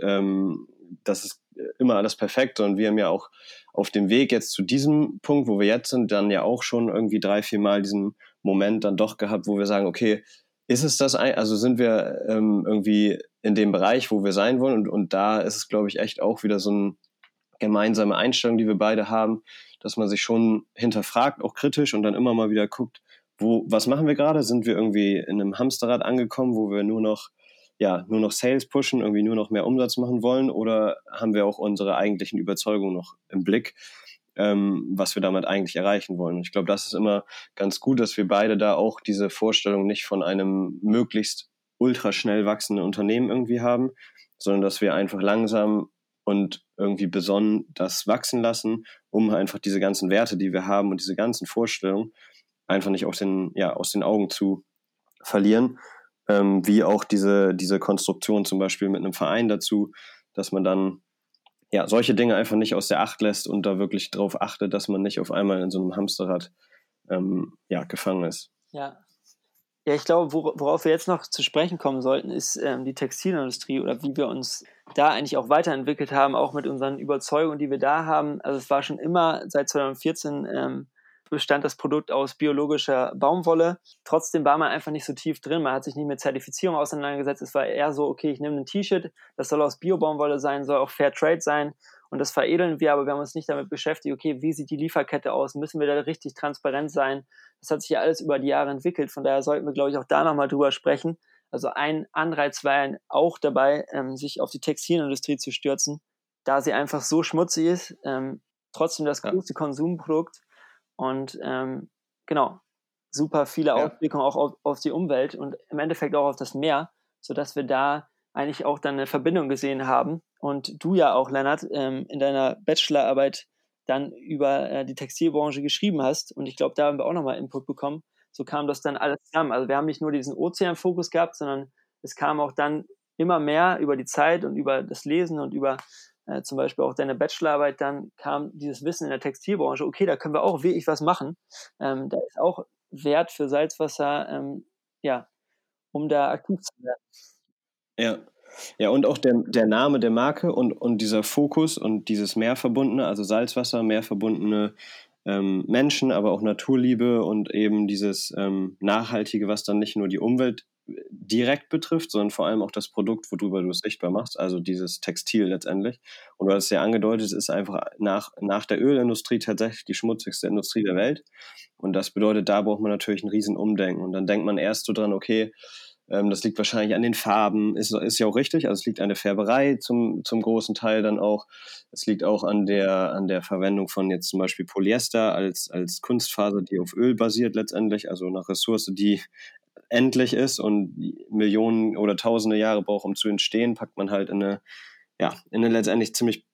das ist immer alles perfekt und wir haben ja auch auf dem Weg jetzt zu diesem Punkt, wo wir jetzt sind, dann ja auch schon irgendwie 3-4 Mal diesen Moment dann doch gehabt, wo wir sagen, okay, ist es das, also sind wir irgendwie in dem Bereich, wo wir sein wollen und da ist es, glaube ich, echt auch wieder so eine gemeinsame Einstellung, die wir beide haben, dass man sich schon hinterfragt, auch kritisch und dann immer mal wieder guckt, was machen wir gerade? Sind wir irgendwie in einem Hamsterrad angekommen, wo wir nur noch Sales pushen, irgendwie nur noch mehr Umsatz machen wollen oder haben wir auch unsere eigentlichen Überzeugungen noch im Blick, was wir damit eigentlich erreichen wollen? Und ich glaube, das ist immer ganz gut, dass wir beide da auch diese Vorstellung nicht von einem möglichst ultra schnell wachsenden Unternehmen irgendwie haben, sondern dass wir einfach langsam und irgendwie besonnen das wachsen lassen, um einfach diese ganzen Werte, die wir haben und diese ganzen Vorstellungen einfach nicht aus den Augen zu verlieren. Wie auch diese Konstruktion zum Beispiel mit einem Verein dazu, dass man dann solche Dinge einfach nicht aus der Acht lässt und da wirklich darauf achtet, dass man nicht auf einmal in so einem Hamsterrad gefangen ist. Ja, ich glaube, worauf wir jetzt noch zu sprechen kommen sollten, ist die Textilindustrie oder wie wir uns da eigentlich auch weiterentwickelt haben, auch mit unseren Überzeugungen, die wir da haben. Also es war schon immer seit 2014 bestand das Produkt aus biologischer Baumwolle. Trotzdem war man einfach nicht so tief drin. Man hat sich nicht mit Zertifizierung auseinandergesetzt. Es war eher so, okay, ich nehme ein T-Shirt, das soll aus Bio-Baumwolle sein, soll auch Fair Trade sein. Und das veredeln wir, aber wir haben uns nicht damit beschäftigt, okay, wie sieht die Lieferkette aus? Müssen wir da richtig transparent sein? Das hat sich ja alles über die Jahre entwickelt. Von daher sollten wir, glaube ich, auch da nochmal drüber sprechen. Also ein Anreiz war auch dabei, sich auf die Textilindustrie zu stürzen, da sie einfach so schmutzig ist, trotzdem das größte Konsumprodukt. Und genau, super viele Auswirkungen auch auf die Umwelt und im Endeffekt auch auf das Meer, sodass wir da eigentlich auch dann eine Verbindung gesehen haben. Und du ja auch, Lennart, in deiner Bachelorarbeit dann über die Textilbranche geschrieben hast. Und ich glaube, da haben wir auch nochmal Input bekommen. So kam das dann alles zusammen. Also wir haben nicht nur diesen Ozeanfokus gehabt, sondern es kam auch dann immer mehr über die Zeit und über das Lesen und über zum Beispiel auch deine Bachelorarbeit, dann kam dieses Wissen in der Textilbranche, okay, da können wir auch wirklich was machen. Da ist auch Wert für Salzwasser, ja, um da aktiv zu werden. Ja. Ja, und auch der Name der Marke und dieser Fokus und dieses Meerverbundene, also Salzwasser, meerverbundene Menschen, aber auch Naturliebe und eben dieses Nachhaltige, was dann nicht nur die Umwelt direkt betrifft, sondern vor allem auch das Produkt, worüber du es sichtbar machst, also dieses Textil letztendlich. Und du hast es ja angedeutet, es ist einfach nach der Ölindustrie tatsächlich die schmutzigste Industrie der Welt. Und das bedeutet, da braucht man natürlich ein riesen Umdenken. Und dann denkt man erst so dran, okay, das liegt wahrscheinlich an den Farben, ist ja auch richtig, also es liegt an der Färberei zum großen Teil dann auch. Es liegt auch an der Verwendung von jetzt zum Beispiel Polyester als Kunstfaser, die auf Öl basiert letztendlich, also eine Ressource, die endlich ist und Millionen oder Tausende Jahre braucht, um zu entstehen, packt man halt in eine letztendlich ziemlich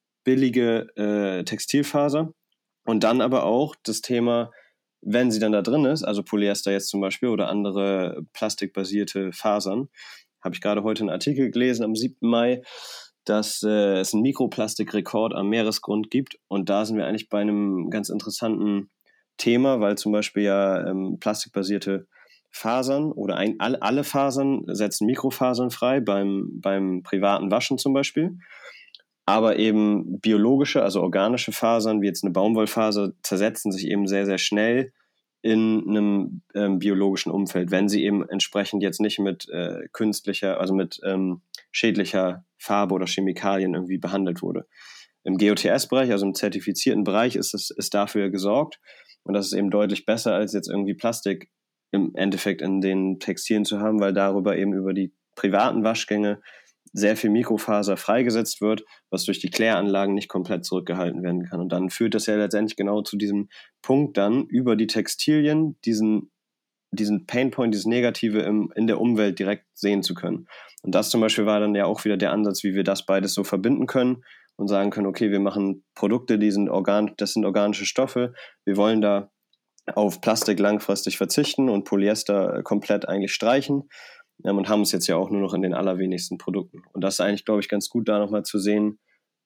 billige Textilfaser. Und dann aber auch das Thema, wenn sie dann da drin ist, also Polyester jetzt zum Beispiel oder andere plastikbasierte Fasern, habe ich gerade heute einen Artikel gelesen am 7. Mai, dass es einen Mikroplastikrekord am Meeresgrund gibt. Und da sind wir eigentlich bei einem ganz interessanten Thema, weil zum Beispiel ja plastikbasierte Fasern oder alle Fasern setzen Mikrofasern frei, beim privaten Waschen zum Beispiel. Aber eben biologische, also organische Fasern, wie jetzt eine Baumwollfaser, zersetzen sich eben sehr, sehr schnell in einem biologischen Umfeld, wenn sie eben entsprechend jetzt nicht mit künstlicher, also mit schädlicher Farbe oder Chemikalien irgendwie behandelt wurde. Im GOTS-Bereich, also im zertifizierten Bereich, ist dafür gesorgt. Und das ist eben deutlich besser, als jetzt irgendwie Plastik im Endeffekt in den Textilien zu haben, weil darüber eben über die privaten Waschgänge sehr viel Mikrofaser freigesetzt wird, was durch die Kläranlagen nicht komplett zurückgehalten werden kann. Und dann führt das ja letztendlich genau zu diesem Punkt dann über die Textilien, diesen Painpoint, dieses Negative in der Umwelt direkt sehen zu können. Und das zum Beispiel war dann ja auch wieder der Ansatz, wie wir das beides so verbinden können und sagen können, okay, wir machen Produkte, das sind organische Stoffe, wir wollen da auf Plastik langfristig verzichten und Polyester komplett eigentlich streichen und haben es jetzt ja auch nur noch in den allerwenigsten Produkten. Und das ist eigentlich, glaube ich, ganz gut, da nochmal zu sehen,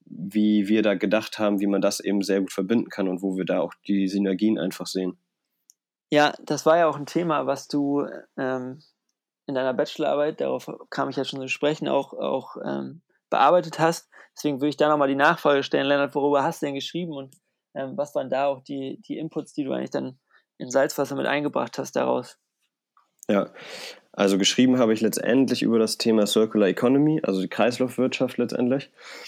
wie wir da gedacht haben, wie man das eben sehr gut verbinden kann und wo wir da auch die Synergien einfach sehen. Ja, das war ja auch ein Thema, was du in deiner Bachelorarbeit, darauf kam ich ja schon zu sprechen, auch bearbeitet hast. Deswegen würde ich da nochmal die Nachfrage stellen, Lennart, worüber hast du denn geschrieben und was waren da auch die Inputs, die du eigentlich dann in Salzwasser mit eingebracht hast daraus? Ja, also geschrieben habe ich letztendlich über das Thema Circular Economy, also die Kreislaufwirtschaft letztendlich.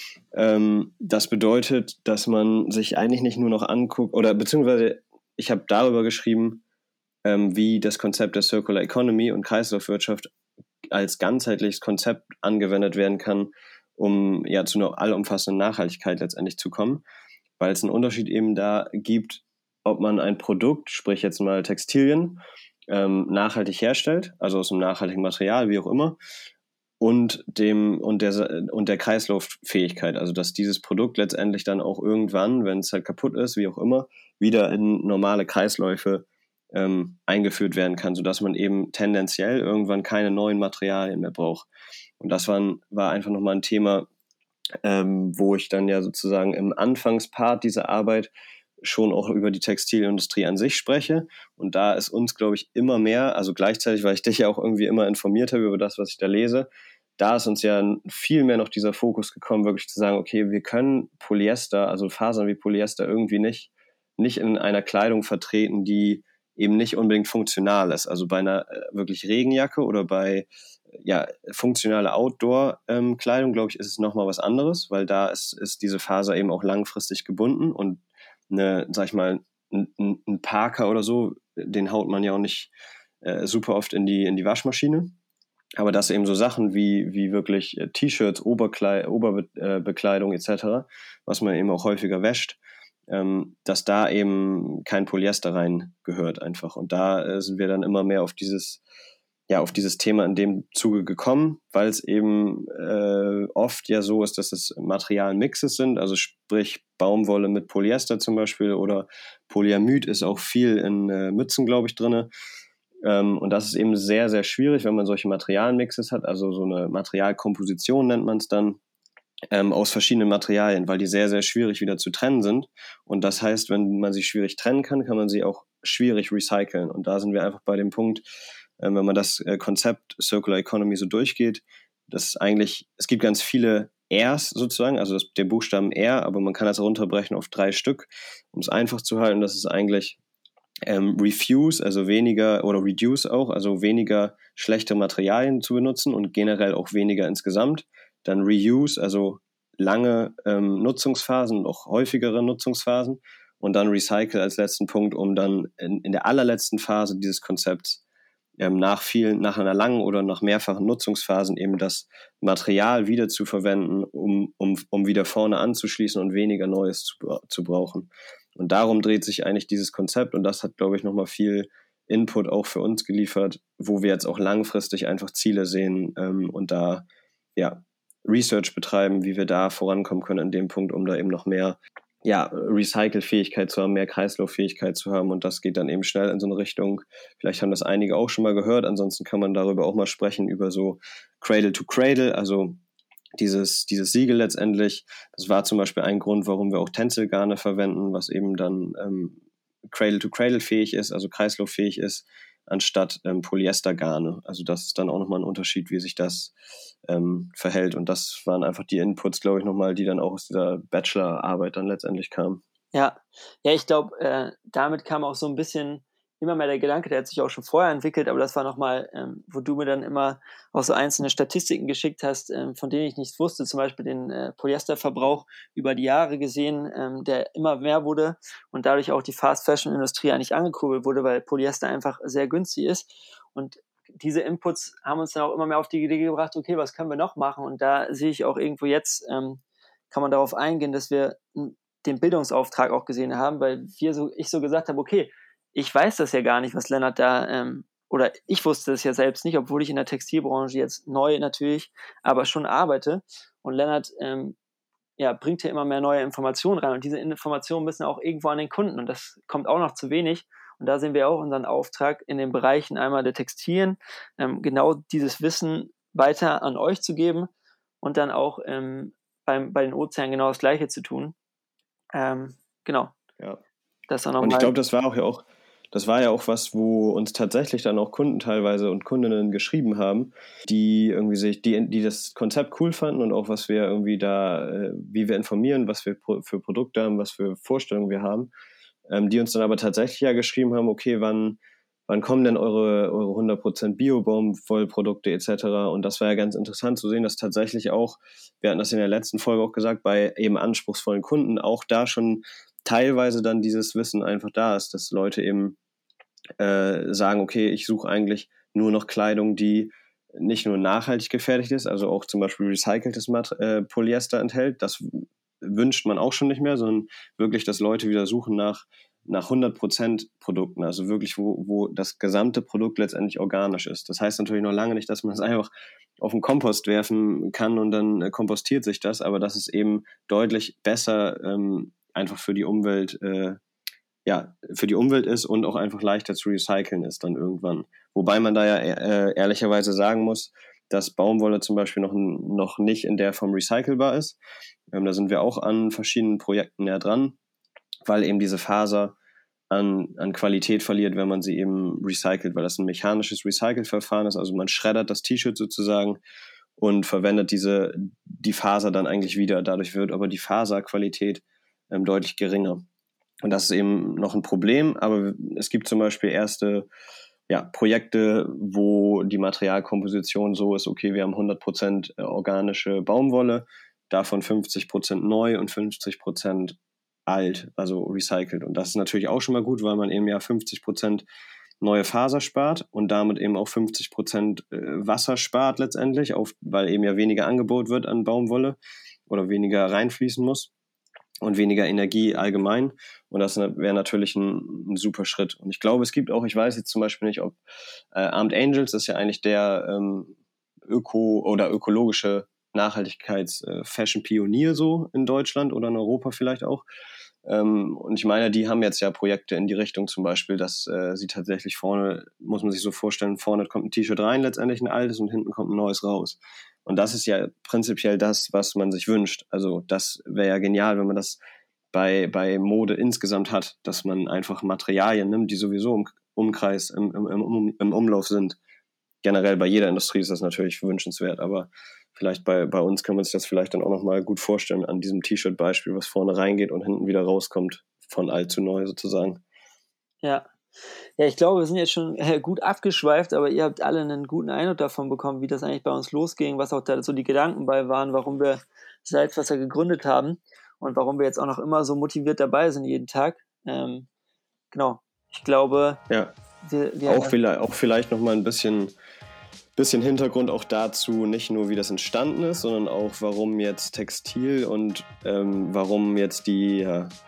Das bedeutet, dass man sich eigentlich nicht nur noch anguckt, oder beziehungsweise ich habe darüber geschrieben, wie das Konzept der Circular Economy und Kreislaufwirtschaft als ganzheitliches Konzept angewendet werden kann, um ja zu einer allumfassenden Nachhaltigkeit letztendlich zu kommen, weil es einen Unterschied eben da gibt, ob man ein Produkt, sprich jetzt mal Textilien, nachhaltig herstellt, also aus einem nachhaltigen Material, wie auch immer, und der Kreislauffähigkeit, also dass dieses Produkt letztendlich dann auch irgendwann, wenn es halt kaputt ist, wie auch immer, wieder in normale Kreisläufe eingeführt werden kann, sodass man eben tendenziell irgendwann keine neuen Materialien mehr braucht. Und das war einfach nochmal ein Thema, wo ich dann ja sozusagen im Anfangspart dieser Arbeit schon auch über die Textilindustrie an sich spreche. Und da ist uns, glaube ich, immer mehr, also gleichzeitig, weil ich dich ja auch irgendwie immer informiert habe über das, was ich da lese, da ist uns ja viel mehr noch dieser Fokus gekommen, wirklich zu sagen, okay, wir können Polyester, also Fasern wie Polyester irgendwie nicht in einer Kleidung vertreten, die eben nicht unbedingt funktional ist. Also bei einer wirklich Regenjacke oder bei funktionale Outdoor-Kleidung, glaube ich, ist es nochmal was anderes, weil da ist diese Faser eben auch langfristig gebunden und sag ich mal, ein Parker oder so, den haut man ja auch nicht super oft in die Waschmaschine. Aber das eben so Sachen wie wirklich T-Shirts, Oberbekleidung etc., was man eben auch häufiger wäscht, dass da eben kein Polyester rein gehört einfach. Und da sind wir dann immer mehr auf dieses Thema in dem Zuge gekommen, weil es eben oft ja so ist, dass es Materialmixes sind, also sprich Baumwolle mit Polyester zum Beispiel oder Polyamid ist auch viel in Mützen, glaube ich, drin. Und das ist eben sehr, sehr schwierig, wenn man solche Materialmixes hat, also so eine Materialkomposition nennt man es dann, aus verschiedenen Materialien, weil die sehr, sehr schwierig wieder zu trennen sind. Und das heißt, wenn man sie schwierig trennen kann, kann man sie auch schwierig recyceln. Und da sind wir einfach bei dem Punkt, wenn man das Konzept Circular Economy so durchgeht, dass eigentlich, es gibt ganz viele Rs sozusagen, also der Buchstaben R, aber man kann das runterbrechen auf 3 Stück, um es einfach zu halten. Das ist eigentlich Refuse, also weniger, oder Reduce auch, also weniger schlechte Materialien zu benutzen und generell auch weniger insgesamt. Dann Reuse, also lange Nutzungsphasen und auch häufigere Nutzungsphasen. Und dann Recycle als letzten Punkt, um dann in der allerletzten Phase dieses Konzepts nach einer langen oder nach mehrfachen Nutzungsphasen eben das Material wieder zu verwenden, um wieder vorne anzuschließen und weniger Neues zu brauchen. Und darum dreht sich eigentlich dieses Konzept und das hat, glaube ich, nochmal viel Input auch für uns geliefert, wo wir jetzt auch langfristig einfach Ziele sehen und da Research betreiben, wie wir da vorankommen können in dem Punkt, um da eben noch mehr Recycle-Fähigkeit zu haben, mehr Kreislauffähigkeit zu haben und das geht dann eben schnell in so eine Richtung. Vielleicht haben das einige auch schon mal gehört, ansonsten kann man darüber auch mal sprechen, über so Cradle to Cradle, also dieses Siegel letztendlich. Das war zum Beispiel ein Grund, warum wir auch Tenselgarne verwenden, was eben dann Cradle to Cradle fähig ist, also kreislauffähig ist, anstatt Polyestergarne. Also das ist dann auch nochmal ein Unterschied, wie sich das verhält. Und das waren einfach die Inputs, glaube ich, nochmal, die dann auch aus dieser Bachelorarbeit dann letztendlich kamen. Ja, ich glaube, damit kam auch so ein bisschen immer mehr der Gedanke, der hat sich auch schon vorher entwickelt, aber das war nochmal, wo du mir dann immer auch so einzelne Statistiken geschickt hast, von denen ich nichts wusste, zum Beispiel den Polyesterverbrauch über die Jahre gesehen, der immer mehr wurde und dadurch auch die Fast-Fashion-Industrie eigentlich angekurbelt wurde, weil Polyester einfach sehr günstig ist. Und diese Inputs haben uns dann auch immer mehr auf die Idee gebracht, okay, was können wir noch machen? Und da sehe ich auch irgendwo jetzt, kann man darauf eingehen, dass wir den Bildungsauftrag auch gesehen haben, weil ich so gesagt habe, okay, ich weiß das ja gar nicht, was Lennart da, oder ich wusste es ja selbst nicht, obwohl ich in der Textilbranche jetzt neu natürlich, aber schon arbeite. Und Lennart bringt hier immer mehr neue Informationen rein. Und diese Informationen müssen auch irgendwo an den Kunden. Und das kommt auch noch zu wenig. Und da sehen wir auch unseren Auftrag in den Bereichen einmal der Textilien, genau dieses Wissen weiter an euch zu geben und dann auch bei den Ozeanen genau das Gleiche zu tun. Genau. Ja. Das auch und ich glaube, das war ja auch was, wo uns tatsächlich dann auch Kunden teilweise und Kundinnen geschrieben haben, die irgendwie die das Konzept cool fanden und auch was wir irgendwie da, wie wir informieren, was wir für Produkte haben, was für Vorstellungen wir haben, die uns dann aber tatsächlich ja geschrieben haben, okay, wann kommen denn eure 100% Bio-Baumwollprodukte etc. Und das war ja ganz interessant zu sehen, dass tatsächlich auch, wir hatten das in der letzten Folge auch gesagt, bei eben anspruchsvollen Kunden auch da schon teilweise dann dieses Wissen einfach da ist, dass Leute eben sagen, okay, ich suche eigentlich nur noch Kleidung, die nicht nur nachhaltig gefertigt ist, also auch zum Beispiel recyceltes Polyester enthält, das wünscht man auch schon nicht mehr, sondern wirklich, dass Leute wieder suchen nach 100% Produkten, also wirklich, wo das gesamte Produkt letztendlich organisch ist. Das heißt natürlich noch lange nicht, dass man es einfach auf den Kompost werfen kann und dann kompostiert sich das, aber dass es eben deutlich besser einfach für die Umwelt ist und auch einfach leichter zu recyceln ist dann irgendwann. Wobei man da ja ehrlicherweise sagen muss, dass Baumwolle zum Beispiel noch nicht in der Form recycelbar ist. Da sind wir auch an verschiedenen Projekten ja dran, weil eben diese Faser an Qualität verliert, wenn man sie eben recycelt, weil das ein mechanisches Recycelverfahren ist. Also man schreddert das T-Shirt sozusagen und verwendet die Faser dann eigentlich wieder. Dadurch wird aber die Faserqualität deutlich geringer. Und das ist eben noch ein Problem, aber es gibt zum Beispiel erste Projekte, wo die Materialkomposition so ist, okay, wir haben 100% organische Baumwolle, davon 50% neu und 50% alt, also recycelt. Und das ist natürlich auch schon mal gut, weil man eben ja 50% neue Faser spart und damit eben auch 50% Wasser spart letztendlich, weil eben ja weniger Angebot wird an Baumwolle oder weniger reinfließen muss. und weniger Energie allgemein. Und das wäre natürlich ein super Schritt. Und ich glaube, es gibt auch, ich weiß jetzt zum Beispiel nicht, ob Armed Angels ist ja eigentlich der ökologische Nachhaltigkeits-Fashion-Pionier so in Deutschland oder in Europa vielleicht auch. Und ich meine, die haben jetzt ja Projekte in die Richtung zum Beispiel, dass sie tatsächlich vorne, muss man sich so vorstellen, vorne kommt ein T-Shirt rein, letztendlich ein altes, und hinten kommt ein neues raus. Und das ist ja prinzipiell das, was man sich wünscht. Also das wäre ja genial, wenn man das bei Mode insgesamt hat, dass man einfach Materialien nimmt, die sowieso im Umkreis, im Umlauf sind. Generell bei jeder Industrie ist das natürlich wünschenswert, aber vielleicht bei uns kann man sich das vielleicht dann auch nochmal gut vorstellen an diesem T-Shirt-Beispiel, was vorne reingeht und hinten wieder rauskommt, von alt zu neu sozusagen. Ja. Ja, ich glaube, wir sind jetzt schon gut abgeschweift, aber ihr habt alle einen guten Eindruck davon bekommen, wie das eigentlich bei uns losging, was auch da so die Gedanken bei waren, warum wir Salzwasser gegründet haben und warum wir jetzt auch noch immer so motiviert dabei sind jeden Tag. Genau. Ich glaube, ja. Auch vielleicht nochmal ein bisschen Hintergrund auch dazu, nicht nur wie das entstanden ist, sondern auch warum jetzt Textil und warum jetzt die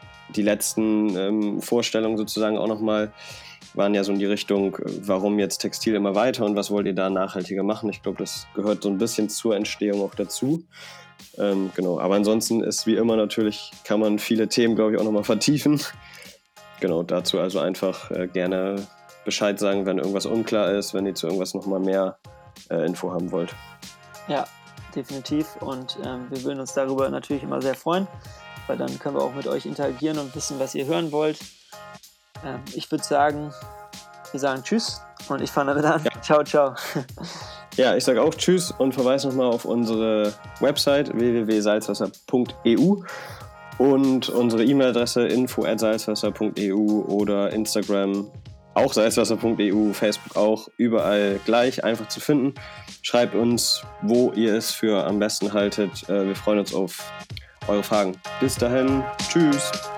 letzten Vorstellungen sozusagen auch nochmal waren ja so in die Richtung, warum jetzt Textil immer weiter und was wollt ihr da nachhaltiger machen. Ich glaube, das gehört so ein bisschen zur Entstehung auch dazu. Genau, aber ansonsten ist wie immer natürlich, kann man viele Themen, glaube ich, auch nochmal vertiefen. Genau, dazu also einfach gerne Bescheid sagen, wenn irgendwas unklar ist, wenn ihr zu irgendwas nochmal mehr Info haben wollt. Ja, definitiv, und wir würden uns darüber natürlich immer sehr freuen, weil dann können wir auch mit euch interagieren und wissen, was ihr hören wollt. Ich würde sagen, wir sagen Tschüss und ich fange damit an. Ja. Ciao, ciao. Ja, ich sage auch Tschüss und verweise nochmal auf unsere Website www.salzwasser.eu und unsere E-Mail-Adresse info@salzwasser.eu oder Instagram auch salzwasser.eu, Facebook auch, überall gleich, einfach zu finden. Schreibt uns, wo ihr es für am besten haltet. Wir freuen uns auf eure Fragen. Bis dahin, tschüss.